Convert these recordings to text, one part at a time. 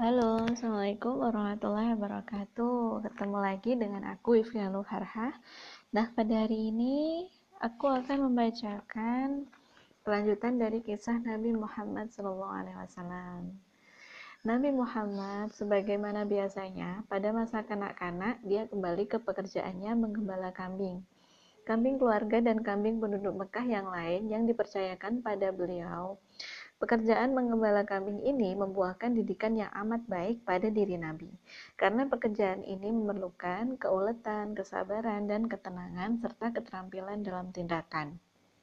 Halo, Assalamualaikum warahmatullahi wabarakatuh. Ketemu lagi dengan aku, Ifrianu Harha. Nah, pada hari ini aku akan membacakan kelanjutan dari kisah Nabi Muhammad SAW. Nabi Muhammad, sebagaimana biasanya, pada masa kanak-kanak, dia kembali ke pekerjaannya menggembala kambing. Kambing keluarga dan kambing penduduk Mekah yang lain yang dipercayakan pada beliau. Pekerjaan menggembala kambing ini membuahkan didikan yang amat baik pada diri Nabi, karena pekerjaan ini memerlukan keuletan, kesabaran, dan ketenangan, serta keterampilan dalam tindakan.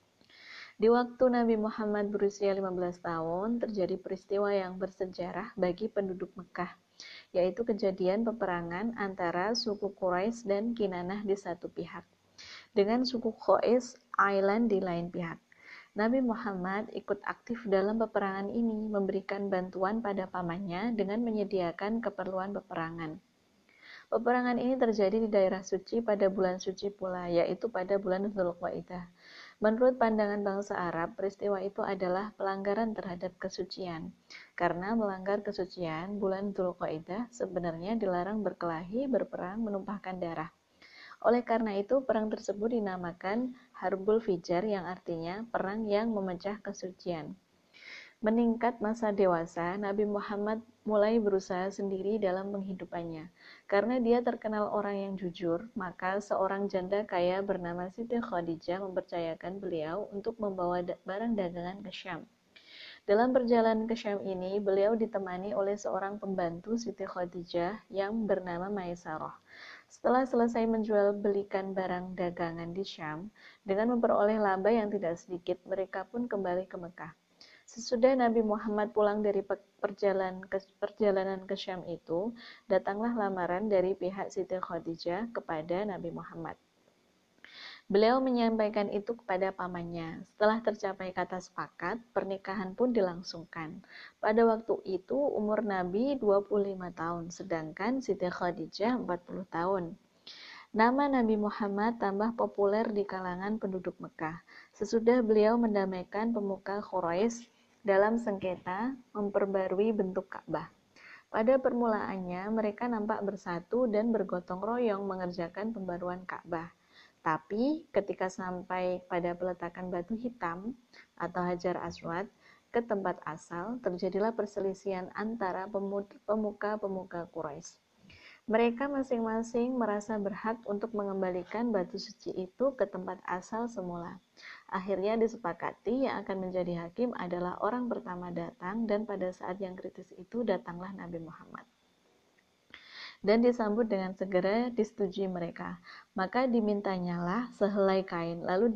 Di waktu Nabi Muhammad berusia 15 tahun, terjadi peristiwa yang bersejarah bagi penduduk Mekah, yaitu kejadian peperangan antara suku Quraisy dan Kinanah di satu pihak, dengan suku Qais Ailan di lain pihak. Nabi Muhammad ikut aktif dalam peperangan ini, memberikan bantuan pada pamannya dengan menyediakan keperluan peperangan. Peperangan ini terjadi di daerah suci pada bulan suci pula, yaitu pada bulan Dzulqa'dah. Menurut pandangan bangsa Arab, peristiwa itu adalah pelanggaran terhadap kesucian. Karena melanggar kesucian, bulan Dzulqa'dah sebenarnya dilarang berkelahi, berperang, menumpahkan darah. Oleh karena itu, perang tersebut dinamakan Harbul Fijar yang artinya perang yang memecah kesucian. Meningkat masa dewasa, Nabi Muhammad mulai berusaha sendiri dalam penghidupannya. Karena dia terkenal orang yang jujur, maka seorang janda kaya bernama Siti Khadijah mempercayakan beliau untuk membawa barang dagangan ke Syam. Dalam perjalanan ke Syam ini, beliau ditemani oleh seorang pembantu Siti Khadijah yang bernama Maisarah. Setelah selesai menjual belikan barang dagangan di Syam, dengan memperoleh laba yang tidak sedikit, mereka pun kembali ke Mekah. Sesudah Nabi Muhammad pulang dari perjalanan ke Syam itu, datanglah lamaran dari pihak Siti Khadijah kepada Nabi Muhammad. Beliau menyampaikan itu kepada pamannya. Setelah tercapai kata sepakat, pernikahan pun dilangsungkan. Pada waktu itu umur Nabi 25 tahun, sedangkan Siti Khadijah 40 tahun. Nama Nabi Muhammad tambah populer di kalangan penduduk Mekah. Sesudah beliau mendamaikan pemuka Quraisy dalam sengketa memperbarui bentuk Ka'bah. Pada permulaannya, mereka nampak bersatu dan bergotong royong mengerjakan pembaruan Ka'bah. Tapi ketika sampai pada peletakan batu hitam atau Hajar Aswad ke tempat asal, terjadilah perselisihan antara pemuka-pemuka Quraisy. Mereka masing-masing merasa berhak untuk mengembalikan batu suci itu ke tempat asal semula. Akhirnya disepakati yang akan menjadi hakim adalah orang pertama datang, dan pada saat yang kritis itu datanglah Nabi Muhammad. Dan disambut dengan segera disetujui mereka. Maka dimintanyalah sehelai kain, lalu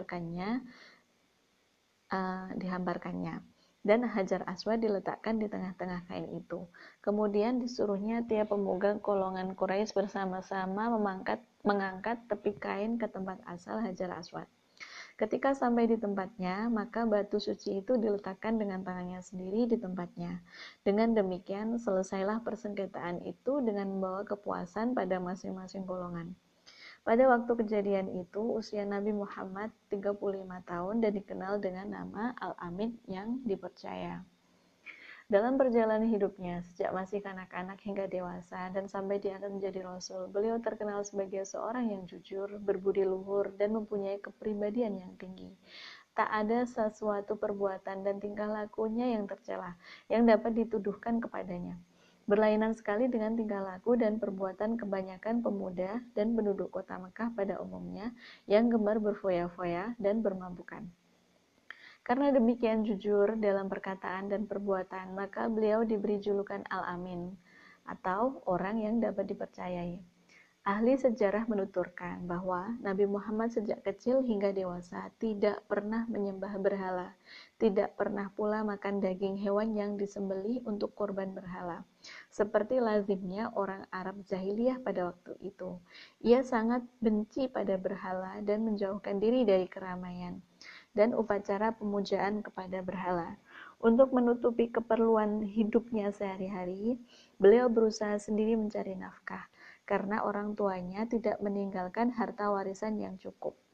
dihamparkannya. Dan Hajar Aswad diletakkan di tengah-tengah kain itu. Kemudian disuruhnya tiap pemuka golongan Quraisy bersama-sama mengangkat tepi kain ke tempat asal Hajar Aswad. Ketika sampai di tempatnya, maka batu suci itu diletakkan dengan tangannya sendiri di tempatnya. Dengan demikian, selesailah persengketaan itu dengan membawa kepuasan pada masing-masing golongan. Pada waktu kejadian itu, usia Nabi Muhammad 35 tahun dan dikenal dengan nama Al-Amin yang dipercaya. Dalam perjalanan hidupnya, sejak masih kanak-kanak hingga dewasa, dan sampai dia akan menjadi Rasul, beliau terkenal sebagai seorang yang jujur, berbudi luhur, dan mempunyai kepribadian yang tinggi. Tak ada sesuatu perbuatan dan tingkah lakunya yang tercela, yang dapat dituduhkan kepadanya. Berlainan sekali dengan tingkah laku dan perbuatan kebanyakan pemuda dan penduduk kota Mekah pada umumnya, yang gemar berfoya-foya dan bermabukan. Karena demikian jujur dalam perkataan dan perbuatan, maka beliau diberi julukan Al-Amin, atau orang yang dapat dipercayai. Ahli sejarah menuturkan bahwa Nabi Muhammad sejak kecil hingga dewasa tidak pernah menyembah berhala, tidak pernah pula makan daging hewan yang disembelih untuk korban berhala. Seperti lazimnya orang Arab jahiliyah pada waktu itu, ia sangat benci pada berhala dan menjauhkan diri dari keramaian dan upacara pemujaan kepada berhala. Untuk menutupi keperluan hidupnya sehari-hari, beliau berusaha sendiri mencari nafkah, karena orang tuanya tidak meninggalkan harta warisan yang cukup.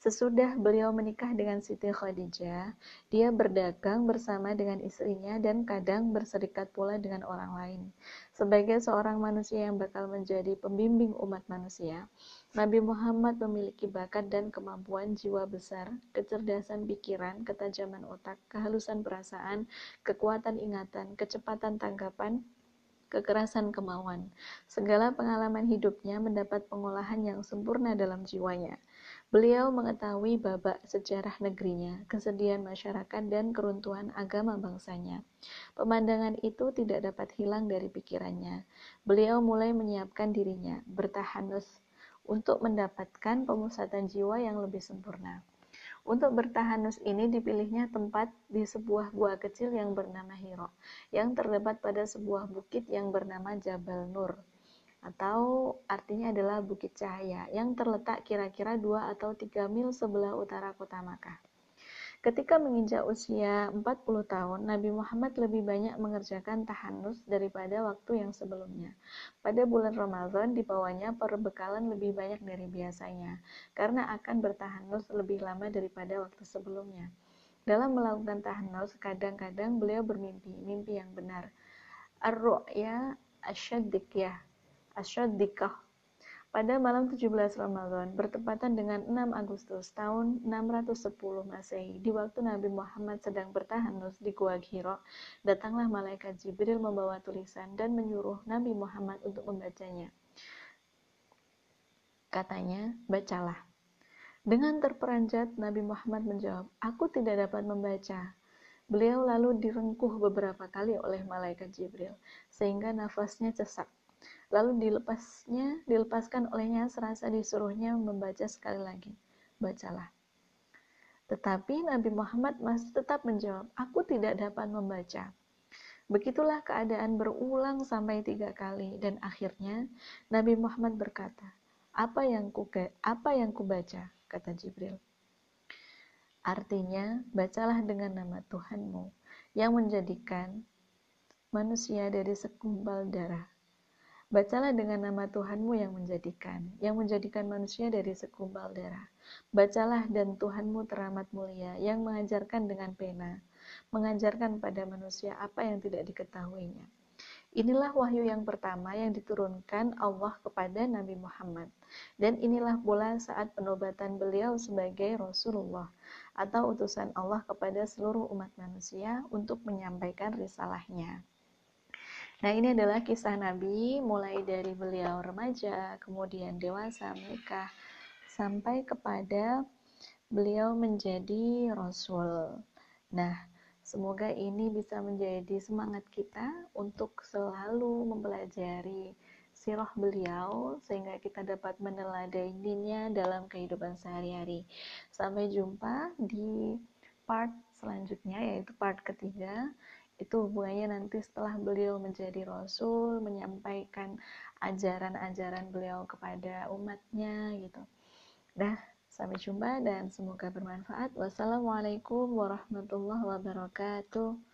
Sesudah beliau menikah dengan Siti Khadijah, dia berdagang bersama dengan istrinya dan kadang berserikat pula dengan orang lain. Sebagai seorang manusia yang bakal menjadi pembimbing umat manusia, Nabi Muhammad memiliki bakat dan kemampuan jiwa besar, kecerdasan pikiran, ketajaman otak, kehalusan perasaan, kekuatan ingatan, kecepatan tanggapan, kekerasan kemauan. Segala pengalaman hidupnya mendapat pengolahan yang sempurna dalam jiwanya. Beliau mengetahui babak sejarah negerinya, kesedihan masyarakat, dan keruntuhan agama bangsanya. Pemandangan itu tidak dapat hilang dari pikirannya. Beliau mulai menyiapkan dirinya, bertahanus, untuk mendapatkan pemusatan jiwa yang lebih sempurna. Untuk bertahanus ini dipilihnya tempat di sebuah gua kecil yang bernama Hiro, yang terdapat pada sebuah bukit yang bernama Jabal Nur, atau artinya adalah Bukit Cahaya, yang terletak kira-kira 2 atau 3 mil sebelah utara kota Makkah. Ketika menginjak usia 40 tahun, Nabi Muhammad lebih banyak mengerjakan tahanus daripada waktu yang sebelumnya. Pada bulan Ramadan dibawanya perbekalan lebih banyak dari biasanya, karena akan bertahanus lebih lama daripada waktu sebelumnya. Dalam melakukan tahanus, kadang-kadang beliau bermimpi, mimpi yang benar. Ar-ru'ya asyaddiqah. Pada malam 17 Ramadan, bertepatan dengan 6 Agustus tahun 610 Masehi, di waktu Nabi Muhammad sedang bertahanus di Gua Hiro, datanglah malaikat Jibril membawa tulisan dan menyuruh Nabi Muhammad untuk membacanya. Katanya, bacalah. Dengan terperanjat, Nabi Muhammad menjawab, aku tidak dapat membaca. Beliau lalu direngkuh beberapa kali oleh malaikat Jibril, sehingga nafasnya sesak. Lalu dilepaskan olehnya serasa disuruhnya membaca sekali lagi. Bacalah. Tetapi Nabi Muhammad masih tetap menjawab, aku tidak dapat membaca. Begitulah keadaan berulang sampai 3 kali, dan akhirnya Nabi Muhammad berkata, apa yang kubaca? Kata Jibril. Artinya, bacalah dengan nama Tuhanmu yang menjadikan manusia dari segumpal darah. Bacalah dengan nama Tuhanmu yang menjadikan manusia dari segumpal darah. Bacalah dan Tuhanmu teramat mulia, yang mengajarkan dengan pena, mengajarkan pada manusia apa yang tidak diketahuinya. Inilah wahyu yang pertama yang diturunkan Allah kepada Nabi Muhammad. Dan inilah pula saat penobatan beliau sebagai Rasulullah, atau utusan Allah kepada seluruh umat manusia untuk menyampaikan risalahnya. Nah, ini adalah kisah Nabi mulai dari beliau remaja, kemudian dewasa, menikah, sampai kepada beliau menjadi Rasul. Nah, semoga ini bisa menjadi semangat kita untuk selalu mempelajari sirah beliau sehingga kita dapat meneladaninya dalam kehidupan sehari-hari. Sampai jumpa di part selanjutnya, yaitu part ketiga. Itu hubungannya nanti setelah beliau menjadi Rasul, menyampaikan ajaran-ajaran beliau kepada umatnya gitu. Nah, sampai jumpa dan semoga bermanfaat. Wassalamualaikum warahmatullahi wabarakatuh.